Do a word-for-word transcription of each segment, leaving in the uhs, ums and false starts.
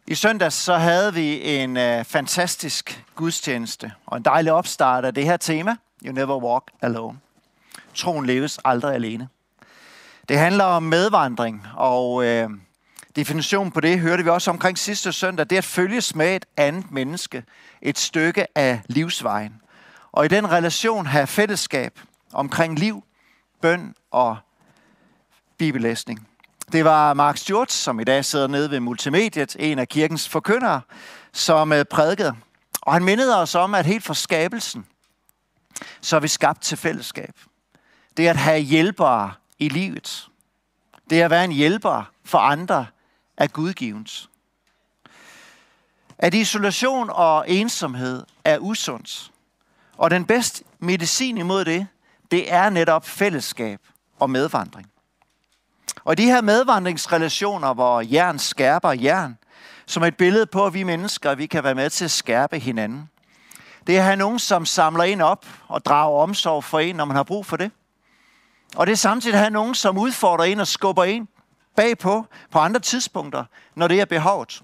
I søndags så havde vi en øh, fantastisk gudstjeneste og en dejlig opstart af det her tema, You Never Walk Alone. Troen leves aldrig alene. Det handler om medvandring, og øh, definitionen på det hørte vi også omkring sidste søndag. Det er at følges med et andet menneske, et stykke af livsvejen. Og i den relation have fællesskab omkring liv, bøn og bibellæsning. Det var Mark Stewart, som i dag sidder nede ved Multimediet, en af kirkens forkyndere, som prædikede. Og han mindede os om, at helt fra skabelsen, så er vi skabt til fællesskab. Det er at have hjælpere i livet. Det er at være en hjælper for andre er gudgivens. At isolation og ensomhed er usundt. Og den bedste medicin imod det, det er netop fællesskab og medvandring. Og de her medvandringsrelationer, hvor jern skærper jern, som er et billede på, at vi mennesker, vi kan være med til at skærpe hinanden. Det er at have nogen, som samler en op og drager omsorg for en, når man har brug for det. Og det er samtidig at have nogen, som udfordrer en og skubber en bagpå på andre tidspunkter, når det er behovet.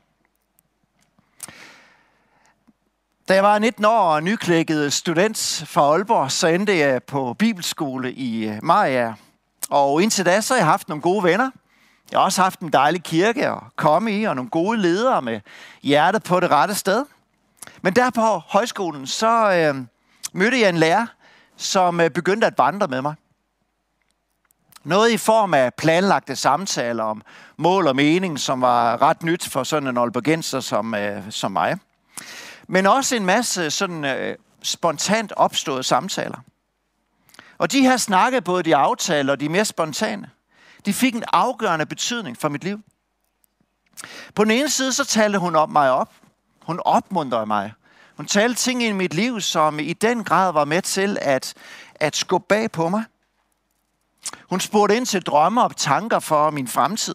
Da jeg var nitten år og nyklækket student fra Aalborg, så endte jeg på bibelskole i Mariager. Og indtil da, så har jeg haft nogle gode venner. Jeg har også haft en dejlig kirke at komme i, og nogle gode ledere med hjertet på det rette sted. Men der på højskolen, så øh, mødte jeg en lærer, som øh, begyndte at vandre med mig. Noget i form af planlagte samtaler om mål og mening, som var ret nyt for sådan en aalborgenser som, øh, som mig. Men også en masse sådan øh, spontant opståede samtaler. Og de her snakke, både de aftaler og de mere spontane, de fik en afgørende betydning for mit liv. På den ene side, så talte hun op mig op. Hun opmuntrede mig. Hun talte ting i mit liv, som i den grad var med til at, at skubbe bag på mig. Hun spurgte ind til drømme og tanker for min fremtid.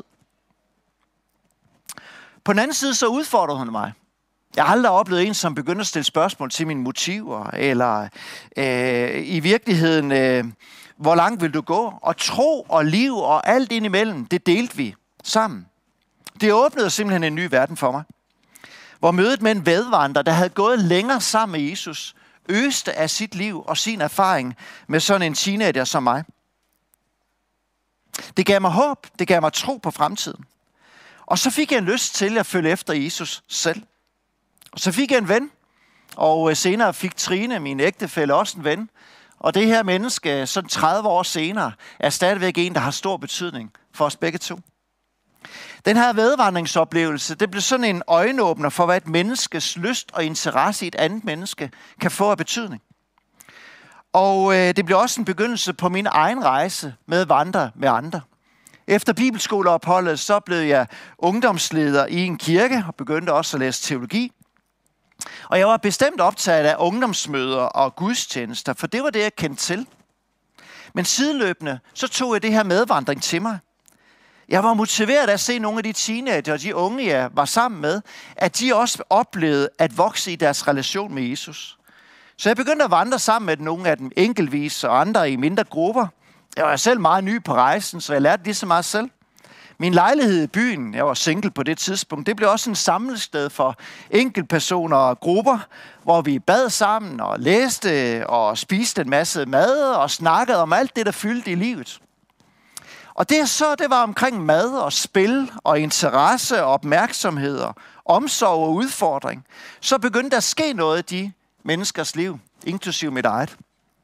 På den anden side, så udfordrede hun mig. Jeg har aldrig oplevet en, som begyndte at stille spørgsmål til mine motiver, eller øh, i virkeligheden, øh, hvor langt vil du gå? Og tro og liv og alt indimellem, det delte vi sammen. Det åbnede simpelthen en ny verden for mig. Hvor mødet med en medvandrer, der havde gået længere sammen med Jesus, øste af sit liv og sin erfaring med sådan en teenager som mig. Det gav mig håb, det gav mig tro på fremtiden. Og så fik jeg en lyst til at følge efter Jesus selv. Og så fik jeg en ven, og senere fik Trine, min ægtefælle, også en ven. Og det her menneske, sådan tredive år senere, er stadigvæk en, der har stor betydning for os begge to. Den her medvandringsoplevelse, det blev sådan en øjenåbner for, hvad et menneskes lyst og interesse i et andet menneske kan få af betydning. Og øh, det blev også en begyndelse på min egen rejse med at vandre med andre. Efter bibelskoleopholdet, så blev jeg ungdomsleder i en kirke og begyndte også at læse teologi. Og jeg var bestemt optaget af ungdomsmøder og gudstjenester, for det var det, jeg kendte til. Men sideløbende, så tog jeg det her medvandring til mig. Jeg var motiveret af at se nogle af de teenager og de unge, jeg var sammen med, at de også oplevede at vokse i deres relation med Jesus. Så jeg begyndte at vandre sammen med nogle af dem enkeltvis og andre i mindre grupper. Jeg var selv meget ny på rejsen, så jeg lærte lige så meget selv. Min lejlighed i byen, jeg var single på det tidspunkt, det blev også en samlested for enkeltpersoner og grupper, hvor vi bad sammen og læste og spiste en masse mad og snakkede om alt det, der fyldte i livet. Og det så, det var omkring mad og spil og interesse og opmærksomhed og omsorg og udfordring. Så begyndte der at ske noget i de menneskers liv, inklusive mit eget.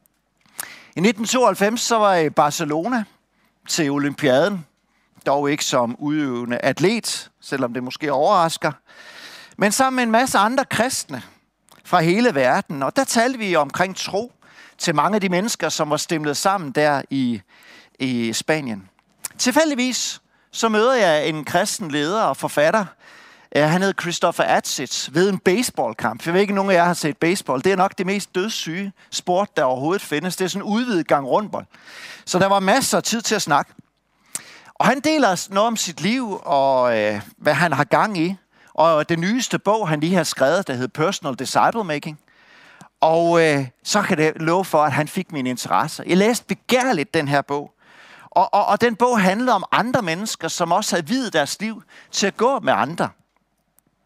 I nitten tooghalvfems så var jeg i Barcelona til olympiaden. Dog ikke som udøvende atlet, selvom det måske overrasker. Men sammen med en masse andre kristne fra hele verden. Og der talte vi omkring tro til mange af de mennesker, som var stimlet sammen der i, i Spanien. Tilfældigvis så møder jeg en kristen leder og forfatter. Han hed Christopher Atzitz ved en baseballkamp. Jeg ved ikke, nogen af jer har set baseball. Det er nok det mest dødssyge sport, der overhovedet findes. Det er sådan en udvidet gang rundbold. Så der var masser af tid til at snakke. Og han deler noget om sit liv og øh, hvad han har gang i. Og det nyeste bog, han lige har skrevet, der hedder Personal Disciple Making. Og øh, så kan det love for, at han fik min interesse. Jeg læste begærligt den her bog. Og, og, og den bog handlede om andre mennesker, som også havde viet deres liv til at gå med andre.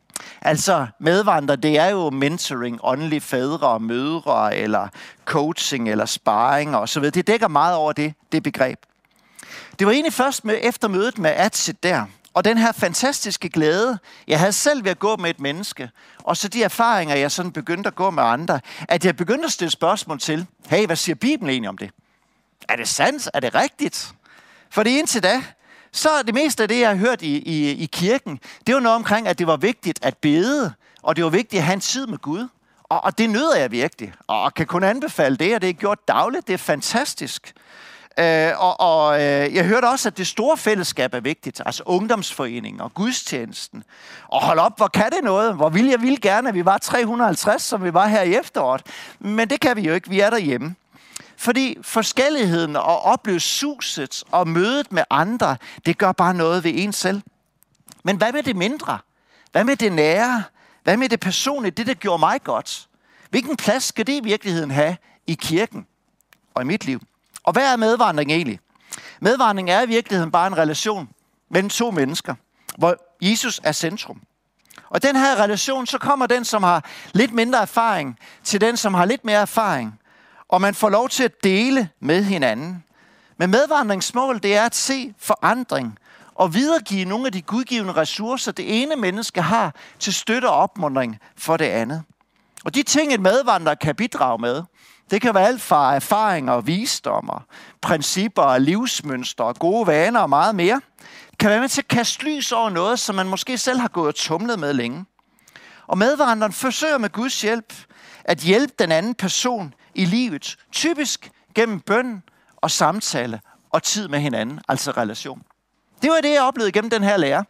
Altså medvandrere, det er jo mentoring, åndelige fædre og mødre, eller coaching, eller sparring og så videre. Det dækker meget over det, det begreb. Det var egentlig først med, efter mødet med Atsit der, og den her fantastiske glæde, jeg havde selv ved at gå med et menneske, og så de erfaringer, jeg sådan begyndte at gå med andre, at jeg begyndte at stille spørgsmål til, hey, hvad siger Bibelen egentlig om det? Er det sandt? Er det rigtigt? Fordi indtil da, så det meste af det, jeg har hørt i, i, i kirken, det var noget omkring, at det var vigtigt at bede, og det var vigtigt at have en tid med Gud. Og, og det nyder jeg virkelig, og kan kun anbefale det, og det er gjort dagligt. Det er fantastisk. Øh, og og øh, jeg hørte også, at det store fællesskab er vigtigt, altså ungdomsforeningen og gudstjenesten. Og hold op, hvor kan det noget? Hvor ville jeg ville gerne, at vi var tre hundrede og halvtreds, som vi var her i efteråret. Men det kan vi jo ikke, vi er derhjemme. Fordi forskelligheden og opleve suset og mødet med andre, det gør bare noget ved en selv. Men hvad med det mindre? Hvad med det nære? Hvad med det personlige? Det, der gjorde mig godt? Hvilken plads skal det i virkeligheden have i kirken og i mit liv? Og hvad er medvandring egentlig? Medvandring er i virkeligheden bare en relation mellem to mennesker, hvor Jesus er centrum. Og den her relation, så kommer den, som har lidt mindre erfaring, til den, som har lidt mere erfaring. Og man får lov til at dele med hinanden. Men medvandringsmål, det er at se forandring og videregive nogle af de gudgivende ressourcer, det ene menneske har til støtte og opmuntring for det andet. Og de ting, et medvandrer kan bidrage med, det kan være alt fra erfaringer, visdommer, principper, livsmønstre, gode vaner og meget mere. Det kan være med til at kaste lys over noget, som man måske selv har gået og tumlet med længe. Og medvandreren forsøger med Guds hjælp at hjælpe den anden person i livet, typisk gennem bøn og samtale og tid med hinanden, altså relation. Det var det, jeg oplevede gennem den her lære.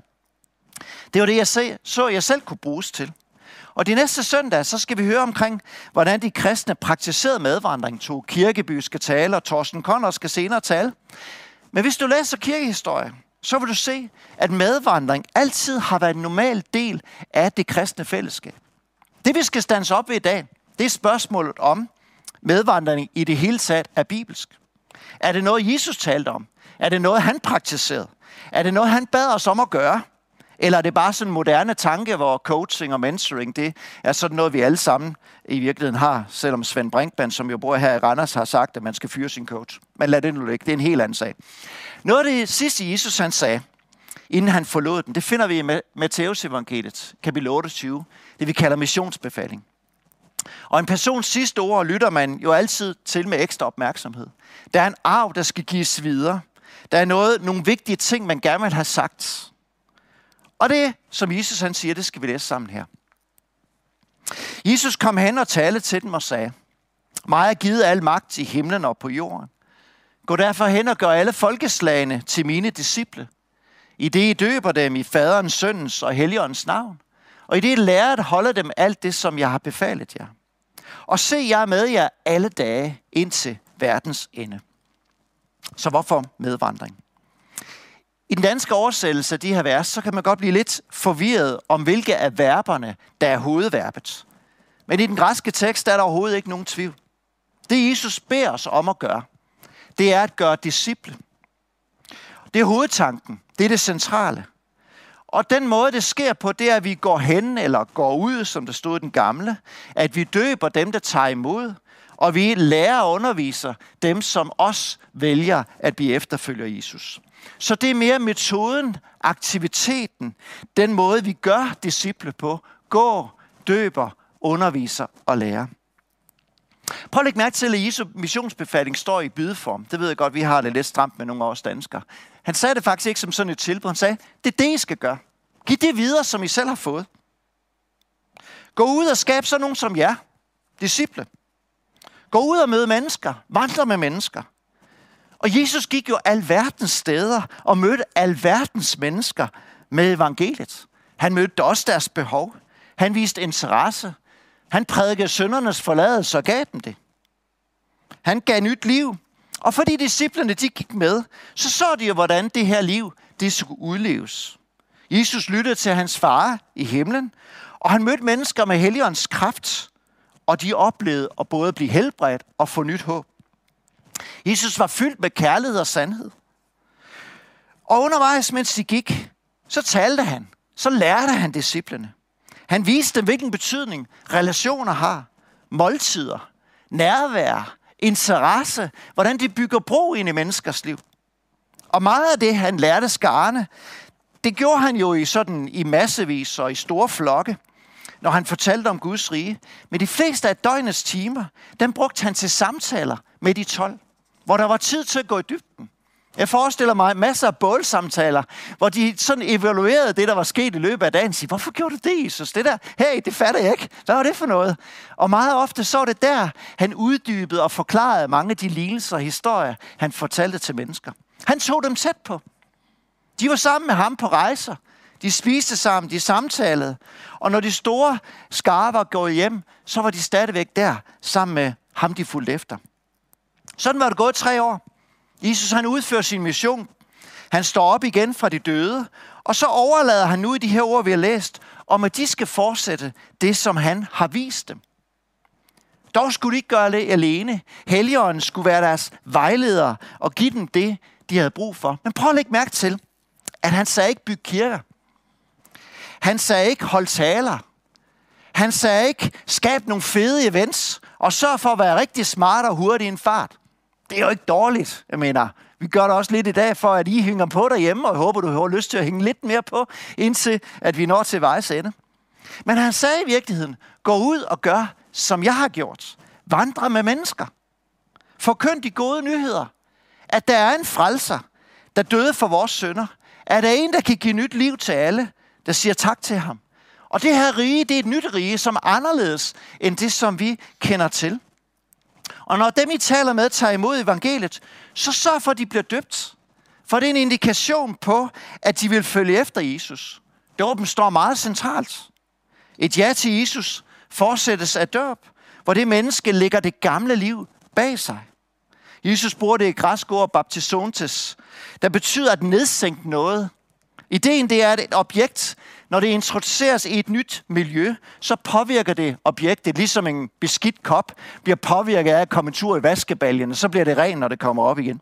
Det var det, jeg så, så jeg selv kunne bruges til. Og de næste søndag, så skal vi høre omkring, hvordan de kristne praktiserede medvandring. Tog Kirkeby skal tale, og Torsten Conner skal senere tale. Men hvis du læser kirkehistorie, så vil du se, at medvandring altid har været en normal del af det kristne fællesskab. Det vi skal stands op ved i dag, det er spørgsmålet om medvandring i det hele taget er bibelsk. Er det noget, Jesus talte om? Er det noget, han praktiserede? Er det noget, han bad os om at gøre? Eller er det bare sådan en moderne tanke, hvor coaching og mentoring, det er sådan noget, vi alle sammen i virkeligheden har, selvom Svend Brinkmann, som jo bor her i Randers, har sagt, at man skal fyre sin coach. Men lad det nu ligge, det er en helt anden sag. Noget af det sidste, Jesus han sagde, inden han forlod den, det finder vi i Matteus evangeliet, kapitel otteogtyve, det vi kalder missionsbefaling. Og en persons sidste ord lytter man jo altid til med ekstra opmærksomhed. Der er en arv, der skal gives videre. Der er noget, nogle vigtige ting, man gerne vil have sagt. Og det, som Jesus han siger, det skal vi læse sammen her. Jesus kom hen og talte til dem og sagde, mig er givet al magt i himlen og på jorden. Gå derfor hen og gør alle folkeslagene til mine disciple. I det I døber dem i faderens, søndens og helligåndens navn. Og i det I lærer at holde dem alt det, som jeg har befalet jer. Og se, jeg er med jer alle dage indtil verdens ende. Så hvorfor medvandring? I den danske oversættelse af de her vers, så kan man godt blive lidt forvirret om, hvilke af verberne, der er hovedverbet. Men i den græske tekst er der overhovedet ikke nogen tvivl. Det Jesus beder os om at gøre, det er at gøre disciple. Det er hovedtanken. Det er det centrale. Og den måde, det sker på, det er, at vi går hen eller går ud, som der stod i den gamle. At vi døber dem, der tager imod. Og vi lærer og underviser dem, som os vælger at blive efterfølger Jesus. Så det er mere metoden, aktiviteten, den måde, vi gør disciple på. Går, døber, underviser og lærer. Prøv at lægge mærke til, at Jesu missionsbefaling står i bydeform. Det ved jeg godt, vi har det lidt stramt med nogle af os danskere. Han sagde det faktisk ikke som sådan et tilbud. Han sagde, det er det, I skal gøre. Giv det videre, som I selv har fået. Gå ud og skab så nogen som jer, disciple. Gå ud og møde mennesker, vandre med mennesker. Og Jesus gik jo alverdens steder og mødte alverdens mennesker med evangeliet. Han mødte også deres behov. Han viste interesse. Han prædikede syndernes forladelse og gav dem det. Han gav nyt liv. Og fordi disciplerne de gik med, så så de jo, hvordan det her liv det skulle udleves. Jesus lyttede til hans far i himlen, og han mødte mennesker med Helligåndens kraft, og de oplevede at både blive helbredt og få nyt håb. Jesus var fyldt med kærlighed og sandhed. Og undervejs, mens de gik, så talte han. Så lærte han disciplene. Han viste dem, hvilken betydning relationer har. Måltider, nærvær, interesse, hvordan de bygger bro ind i menneskers liv. Og meget af det, han lærte skarne, det gjorde han jo i sådan i massevis og i store flokke, når han fortalte om Guds rige. Men de fleste af døgnets timer, den brugte han til samtaler med de tolv, hvor der var tid til at gå i dybden. Jeg forestiller mig masser af bålsamtaler, hvor de sådan evaluerede det, der var sket i løbet af dagen. Sige, hvorfor gjorde du det, Jesus? Det der, hey, det fatter jeg ikke. Hvad var det for noget? Og meget ofte så var det der, han uddybede og forklarede mange af de lignelser og historier, han fortalte til mennesker. Han tog dem tæt på. De var sammen med ham på rejser. De spiste sammen, de samtalede. Og når de store skarer var gået hjem, så var de stadigvæk der sammen med ham, de fulgte efter. Sådan var det gået tre år. Jesus han udfører sin mission. Han står op igen fra de døde. Og så overlader han nu i de her ord, vi har læst, om at de skal fortsætte det, som han har vist dem. Dog skulle de ikke gøre det alene. Helligånden skulle være deres vejledere og give dem det, de havde brug for. Men prøv at lægge mærke til, at han sagde ikke bygge kirker. Han sagde ikke hold taler. Han sagde ikke skab nogle fede events og sørg for at være rigtig smart og hurtig i en fart. Det er jo ikke dårligt. Jeg mener, vi gør det også lidt i dag, for at I hænger på derhjemme, og jeg håber, du har lyst til at hænge lidt mere på, indtil at vi når til vejs ende. Men han sagde i virkeligheden, gå ud og gør, som jeg har gjort. Vandre med mennesker. Forkynd de gode nyheder. At der er en frelser, der døde for vores synder. At der er en, der kan give nyt liv til alle, der siger tak til ham. Og det her rige, det er et nyt rige, som er anderledes end det, som vi kender til. Og når dem, I taler med, tager imod evangeliet, så sørg for, at de bliver døbt. For det er en indikation på, at de vil følge efter Jesus. Dåben står meget centralt. Et ja til Jesus fortsættes af dåb, hvor det menneske lægger det gamle liv bag sig. Jesus bruger det græske ord baptisontes, der betyder at nedsænke noget. Ideen det er, at et objekt, når det introduceres i et nyt miljø, så påvirker det objektet, ligesom en beskidt kop bliver påvirket af at komme en tur i vaskebaljen, så bliver det rent, når det kommer op igen.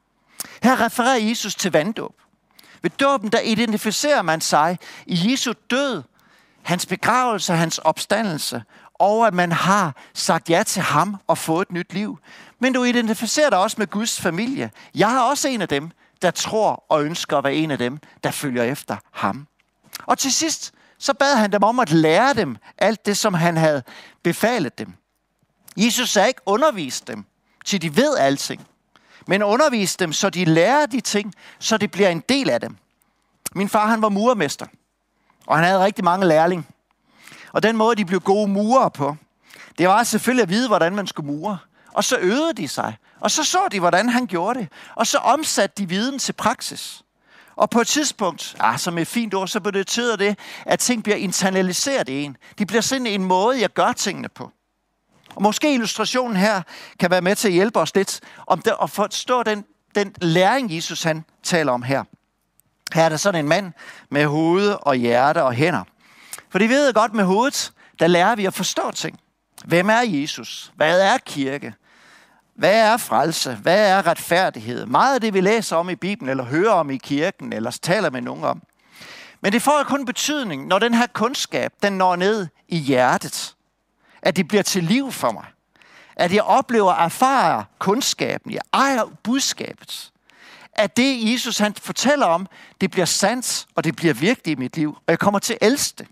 Her refererer Jesus til vanddåb. Ved dåben, der identificerer man sig i Jesu død, hans begravelse, hans opstandelse, og at man har sagt ja til ham og fået et nyt liv. Men du identificerer dig også med Guds familie. Jeg er også en af dem, der tror og ønsker at være en af dem, der følger efter ham. Og til sidst, så bad han dem om at lære dem alt det, som han havde befalet dem. Jesus sagde ikke undervise dem, så de ved alting, men undervise dem, så de lærer de ting, så det bliver en del af dem. Min far, han var murermester, og han havde rigtig mange lærlinge. Og den måde, de blev gode murere på, det var selvfølgelig at vide, hvordan man skulle mure. Og så øvede de sig, og så så de, hvordan han gjorde det. Og så omsatte de viden til praksis. Og på et tidspunkt, ah, som et fint ord, så betyder det, at ting bliver internaliseret i en. De bliver sådan en måde, jeg gør tingene på. Og måske illustrationen her kan være med til at hjælpe os lidt om det, at forstå den, den læring, Jesus han taler om her. Her er der sådan en mand med hoved og hjerte og hænder. For de ved godt, med hovedet, der lærer vi at forstå ting. Hvem er Jesus? Hvad er kirke? Hvad er frelse? Hvad er retfærdighed? Meget af det, vi læser om i Bibelen, eller hører om i kirken, eller taler med nogen om. Men det får kun betydning, når den her kundskab, den når ned i hjertet. At det bliver til liv for mig. At jeg oplever at erfare kundskaben. Jeg ejer budskabet. At det, Jesus han fortæller om, det bliver sandt, og det bliver virkeligt i mit liv. Og jeg kommer til at elske det.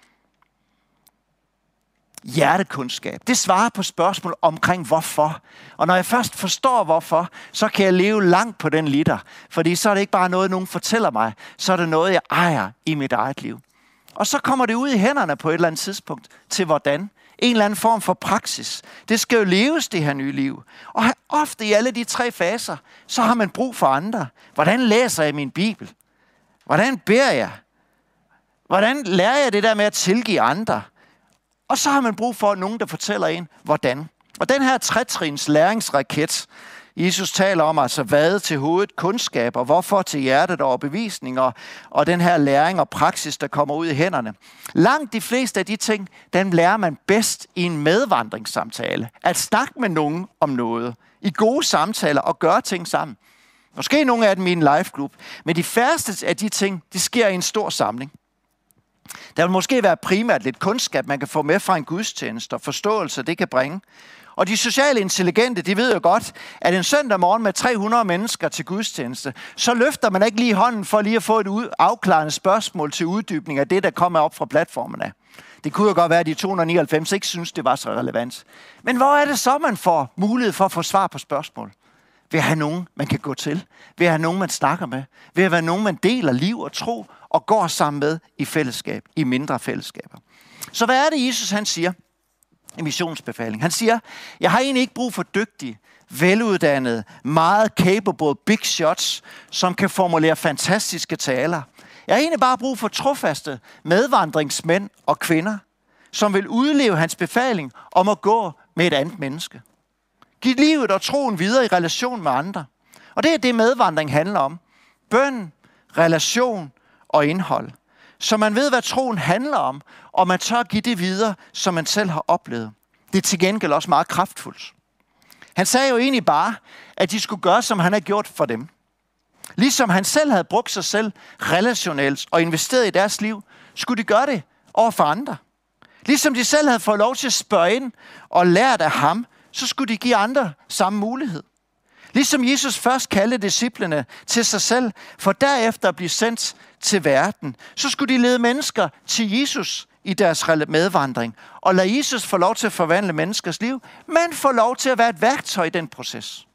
Hjertekundskab. Det svarer på spørgsmål omkring hvorfor. Og når jeg først forstår hvorfor, så kan jeg leve langt på den liter. Fordi så er det ikke bare noget, nogen fortæller mig. Så er det noget, jeg ejer i mit eget liv. Og så kommer det ud i hænderne på et eller andet tidspunkt til hvordan. En eller anden form for praksis. Det skal jo leves, det her nye liv. Og ofte i alle de tre faser, så har man brug for andre. Hvordan læser jeg min Bibel? Hvordan beder jeg? Hvordan lærer jeg det der med at tilgive andre? Og så har man brug for nogen, der fortæller en, hvordan. Og den her tretrins læringsraket, Jesus taler om altså hvad til hovedet, kundskab, og hvorfor til hjertet og bevisning, og, og den her læring og praksis, der kommer ud i hænderne. Langt de fleste af de ting, den lærer man bedst i en medvandringssamtale. At snakke med nogen om noget, i gode samtaler og gøre ting sammen. Måske nogle af dem i en live-klub, men de færreste af de ting, det sker i en stor samling. Der vil måske være primært lidt kundskab, man kan få med fra en gudstjeneste, og forståelse, det kan bringe. Og de sociale intelligente, de ved jo godt, at en søndag morgen med tre hundrede mennesker til gudstjeneste, så løfter man ikke lige hånden for lige at få et afklarende spørgsmål til uddybning af det, der kommer op fra platformen af. Det kunne jo godt være, at de to hundrede nioghalvfems ikke synes, det var så relevant. Men hvor er det så, man får mulighed for at få svar på spørgsmål? Ved at have nogen, man kan gå til. Ved at have nogen, man snakker med. Ved at være nogen, man deler liv og tro og går sammen med i fællesskab, i mindre fællesskaber. Så hvad er det, Jesus han siger i missionsbefaling? Han siger, jeg har egentlig ikke brug for dygtige, veluddannede, meget capable big shots, som kan formulere fantastiske taler. Jeg har egentlig bare brug for trofaste medvandringsmænd og kvinder, som vil udleve hans befaling om at gå med et andet menneske. Giv livet og troen videre i relation med andre. Og det er det, medvandring handler om. Bøn, relation og indhold. Så man ved, hvad troen handler om, og man tør give det videre, som man selv har oplevet. Det er til gengæld også meget kraftfuldt. Han sagde jo egentlig bare, at de skulle gøre, som han har gjort for dem. Ligesom han selv havde brugt sig selv relationelt og investeret i deres liv, skulle de gøre det over for andre. Ligesom de selv havde fået lov til at spørge ind og lært af ham, så skulle de give andre samme mulighed. Ligesom Jesus først kaldte disciplene til sig selv, for derefter at blive sendt til verden, så skulle de lede mennesker til Jesus i deres medvandring, og lade Jesus få lov til at forvandle menneskers liv, men få lov til at være et værktøj i den proces.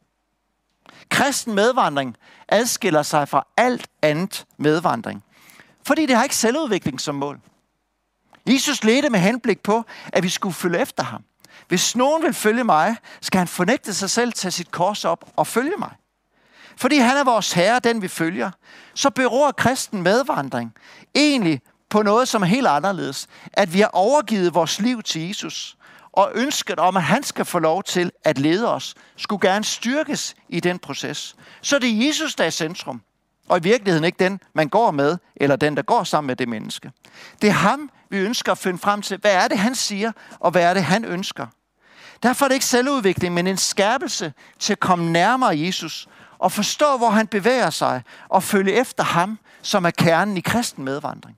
Kristen medvandring adskiller sig fra alt andet medvandring, fordi det har ikke selvudvikling som mål. Jesus ledte med henblik på, at vi skulle følge efter ham. Hvis nogen vil følge mig, skal han fornægte sig selv, tage sit kors op og følge mig. Fordi han er vores herre, den vi følger, så beror kristen medvandring egentlig på noget, som er helt anderledes. At vi har overgivet vores liv til Jesus, og ønsket om, at han skal få lov til at lede os, skulle gerne styrkes i den proces. Så det er Jesus, der er centrum, og i virkeligheden ikke den, man går med, eller den, der går sammen med det menneske. Det er ham, vi ønsker at finde frem til. Hvad er det, han siger, og hvad er det, han ønsker? Derfor er det ikke selvudvikling, men en skærpelse til at komme nærmere Jesus, og forstå, hvor han bevæger sig, og følge efter ham, som er kernen i kristen medvandring.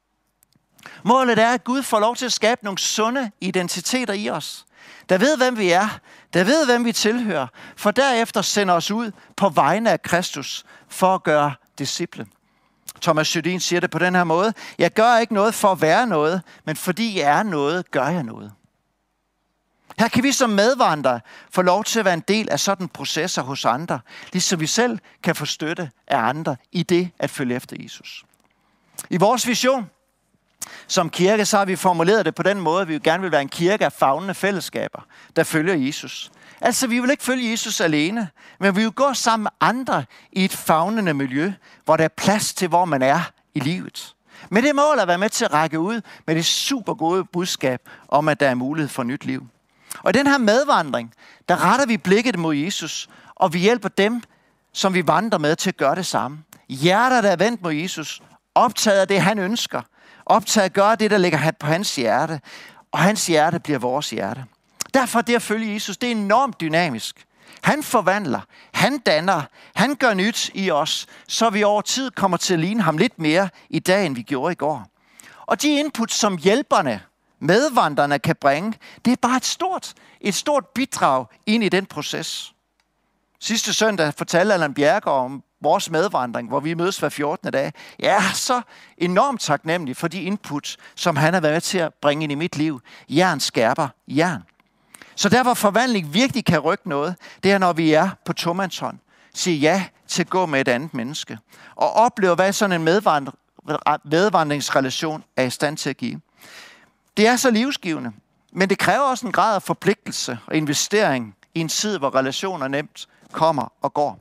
Målet er, at Gud får lov til at skabe nogle sunde identiteter i os, der ved, hvem vi er, der ved, hvem vi tilhører, for derefter sender os ud på vegne af Kristus for at gøre disciple. Thomas Judin siger det på den her måde. Jeg gør ikke noget for at være noget, men fordi jeg er noget, gør jeg noget. Her kan vi som medvandrere få lov til at være en del af sådan processer hos andre, ligesom vi selv kan få støtte af andre i det at følge efter Jesus. I vores vision som kirke, så har vi formuleret det på den måde, at vi gerne vil være en kirke af favnende fællesskaber, der følger Jesus. Altså, vi vil ikke følge Jesus alene, men vi vil gå sammen med andre i et favnende miljø, hvor der er plads til, hvor man er i livet. Med det mål at være med til at række ud med det super gode budskab om, at der er mulighed for nyt liv. Og i den her medvandring, der retter vi blikket mod Jesus, og vi hjælper dem, som vi vandrer med, til at gøre det samme. Hjerter, der er vendt mod Jesus, optaget af det, han ønsker, optaget at gøre det, der ligger på hans hjerte, og hans hjerte bliver vores hjerte. Derfor det at følge Jesus, det er enormt dynamisk. Han forvandler, han danner, han gør nyt i os, så vi over tid kommer til at ligne ham lidt mere i dag, end vi gjorde i går. Og de input, som hjælperne, medvandrerne kan bringe, det er bare et stort, et stort bidrag ind i den proces. Sidste søndag fortalte Allan Bjerregaard om vores medvandring, hvor vi mødes hver fjortende dag. Jeg er så enormt taknemmelig for de input, som han har været med til at bringe ind i mit liv. Jern skærper jern. Så der, hvor forvandling virkelig kan rykke noget, det er, når vi er på tomandshånd. Sige ja til at gå med et andet menneske. Og opleve, hvad sådan en medvandring, medvandringsrelation er i stand til at give. Det er så livsgivende, men det kræver også en grad af forpligtelse og investering i en tid, hvor relationer nemt kommer og går.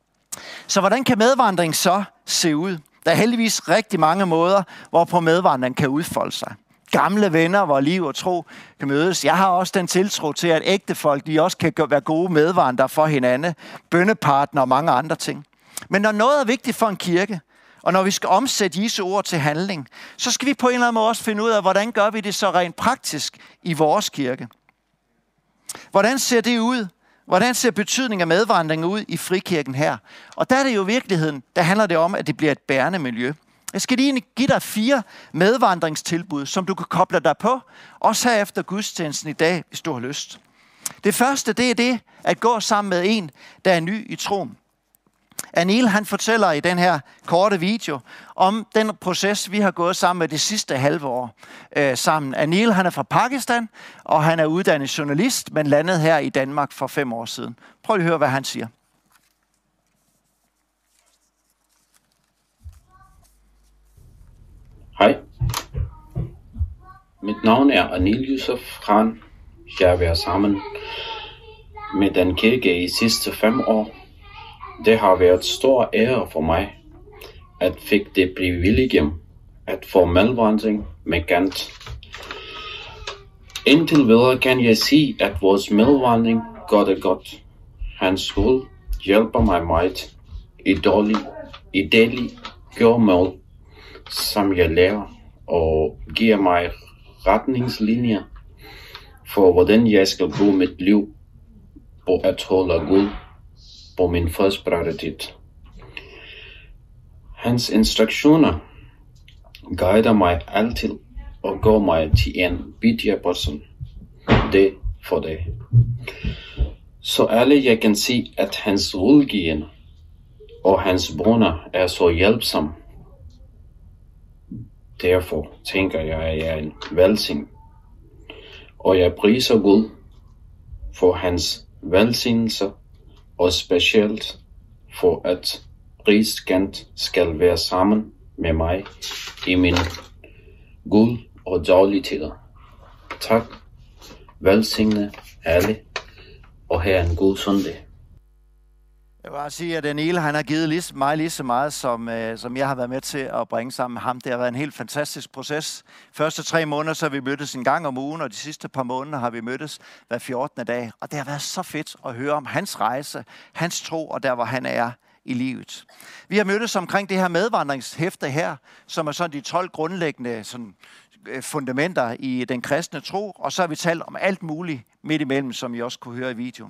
Så hvordan kan medvandring så se ud? Der er heldigvis rigtig mange måder, hvorpå medvandring kan udfolde sig. Gamle venner, hvor liv og tro kan mødes. Jeg har også den tiltro til, at ægtefolk de også kan være gode medvandrere for hinanden, bønnepartner og mange andre ting. Men når noget er vigtigt for en kirke, og når vi skal omsætte Jesu ord til handling, så skal vi på en eller anden måde også finde ud af, hvordan gør vi det så rent praktisk i vores kirke. Hvordan ser det ud? Hvordan ser betydningen af medvandring ud i frikirken her? Og der er det jo i virkeligheden, der handler det om, at det bliver et bærende miljø. Jeg skal lige give dig fire medvandringstilbud, som du kan koble dig på, også her efter gudstjenesten i dag, hvis du har lyst. Det første, det er det, at gå sammen med en, der er ny i troen. Anil, han fortæller i den her korte video om den proces, vi har gået sammen med det sidste halve år øh, sammen. Anil, han er fra Pakistan, og han er uddannet journalist, men landet her i Danmark for fem år siden. Prøv at høre, hvad han siger. Hej. Mit navn er Anil Yusuf Khan. Jeg har været sammen med den kirke i sidste fem år. Det har været stor ære for mig, at fik det privilegium at få medvandring med Gant. Indtil videre kan jeg sige, at vores medvandring gør det godt. Hans skole hjælper mig meget i dårlig, i daily gørmål, som jeg lærer, og giver mig retningslinjer for, hvordan jeg skal bruge mit liv på at holde Gud på min første prioritet. Hans instruktioner guider mig altid og gør mig til en bedre person, det for det. Så alle jeg kan se, at hans rådgivning og hans brønner er så hjælpsomme. Derfor tænker jeg, at jeg er en velsign. Og jeg priser Gud for hans velsignelse, og specielt for at Rigsgant skal være sammen med mig i min Gud og daglige tider. Tak, velsigne alle, og have en god søndag. Jeg vil bare sige, at Anil, han har givet lige, mig lige så meget, som, øh, som jeg har været med til at bringe sammen med ham. Det har været en helt fantastisk proces. Første tre måneder, så har vi mødtes en gang om ugen, og de sidste par måneder har vi mødtes hver fjortende dag. Og det har været så fedt at høre om hans rejse, hans tro, og der, hvor han er i livet. Vi har mødtes omkring det her medvandringshæfte her, som er sådan de tolv grundlæggende sådan, fundamenter i den kristne tro, og så har vi talt om alt muligt midt imellem, som I også kunne høre i videoen.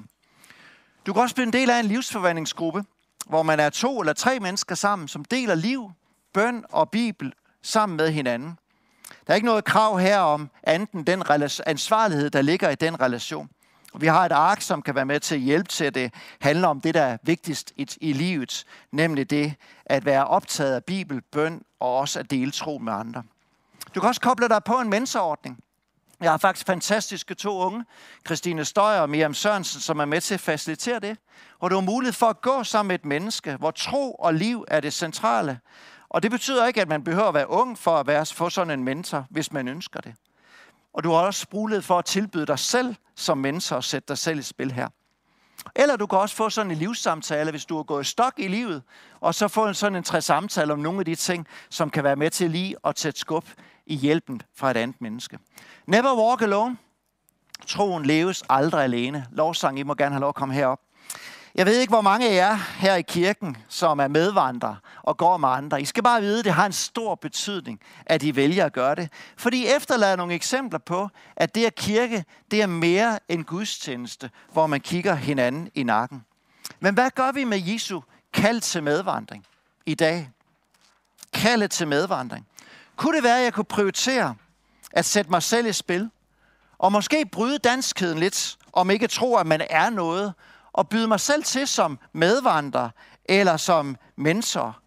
Du kan også blive en del af en livsforvandlingsgruppe, hvor man er to eller tre mennesker sammen, som deler liv, bøn og bibel sammen med hinanden. Der er ikke noget krav her om andet end den ansvarlighed, der ligger i den relation. Vi har et ark, som kan være med til at hjælpe til, at det handler om det, der er vigtigst i, i livet, nemlig det at være optaget af bibel, bøn og også at dele tro med andre. Du kan også koble dig på en mentorordning. Jeg har faktisk fantastiske to unge, Christine Støjer og Miriam Sørensen, som er med til at facilitere det. Hvor du har mulighed for at gå sammen med et menneske, hvor tro og liv er det centrale. Og det betyder ikke, at man behøver at være ung for at være, få sådan en mentor, hvis man ønsker det. Og du har også mulighed for at tilbyde dig selv som mentor og sætte dig selv i spil her. Eller du kan også få sådan en livssamtale, hvis du har gået stok i livet, og så få en sådan en tre samtale om nogle af de ting, som kan være med til lige at sætte skub i hjælpen fra et andet menneske. Never walk alone. Troen leves aldrig alene. Lovsang, I må gerne have lov at komme herop. Jeg ved ikke, hvor mange af jer her i kirken, som er medvandrere og går med andre. I skal bare vide, at det har en stor betydning, at I vælger at gøre det. Fordi I efterlader nogle eksempler på, at det at kirke, det er mere end gudstjeneste, hvor man kigger hinanden i nakken. Men hvad gør vi med Jesu kald til medvandring i dag? Kaldet til medvandring. Kunne det være, at jeg kunne prioritere at sætte mig selv i spil, og måske bryde danskheden lidt, om ikke tro, at man er noget, og byde mig selv til som medvandrer, eller som mentor.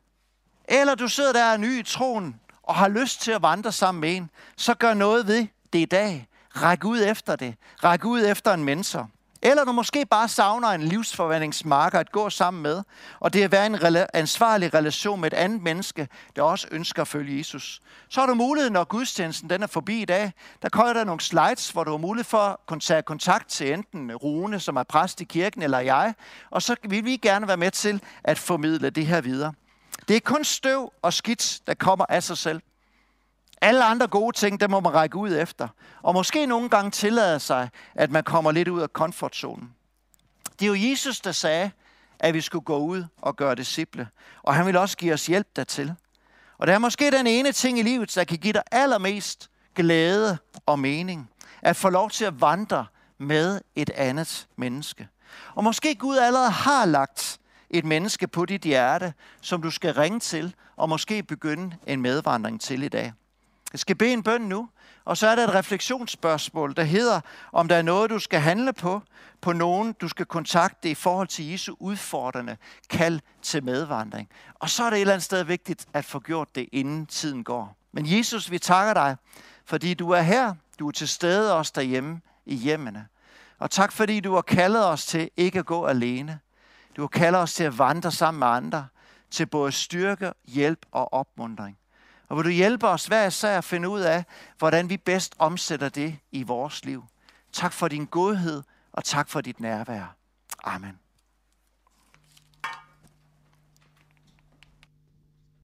Eller du sidder der ny i troen, og har lyst til at vandre sammen med en, så gør noget ved det i dag. Ræk ud efter det. Ræk ud efter en mentor. Eller du måske bare savner en livsforvandlingsmarker at gå sammen med, og det er at være en rela- ansvarlig relation med et andet menneske, der også ønsker at følge Jesus. Så har du mulighed, når gudstjenesten den er forbi i dag, der kommer der nogle slides, hvor du har mulighed for at tage kontakt til enten Rune, som er præst i kirken, eller jeg, og så vil vi gerne være med til at formidle det her videre. Det er kun støv og skidt, der kommer af sig selv. Alle andre gode ting, der må man række ud efter. Og måske nogle gange tillade sig, at man kommer lidt ud af komfortzonen. Det er jo Jesus, der sagde, at vi skulle gå ud og gøre disciple. Og han vil også give os hjælp dertil. Og det er måske den ene ting i livet, der kan give dig allermest glæde og mening. At få lov til at vandre med et andet menneske. Og måske Gud allerede har lagt et menneske på dit hjerte, som du skal ringe til og måske begynde en medvandring til i dag. Jeg skal bede en bøn nu, og så er der et refleksionsspørgsmål, der hedder, om der er noget, du skal handle på, på nogen, du skal kontakte i forhold til Jesu udfordrende kald til medvandring. Og så er det et eller andet sted vigtigt at få gjort det, inden tiden går. Men Jesus, vi takker dig, fordi du er her, du er til stede også derhjemme i hjemmene. Og tak fordi du har kaldet os til ikke at gå alene. Du har kaldet os til at vandre sammen med andre, til både styrke, hjælp og opmuntring. Og vil du hjælpe os hver især at finde ud af, hvordan vi bedst omsætter det i vores liv. Tak for din godhed, og tak for dit nærvær. Amen.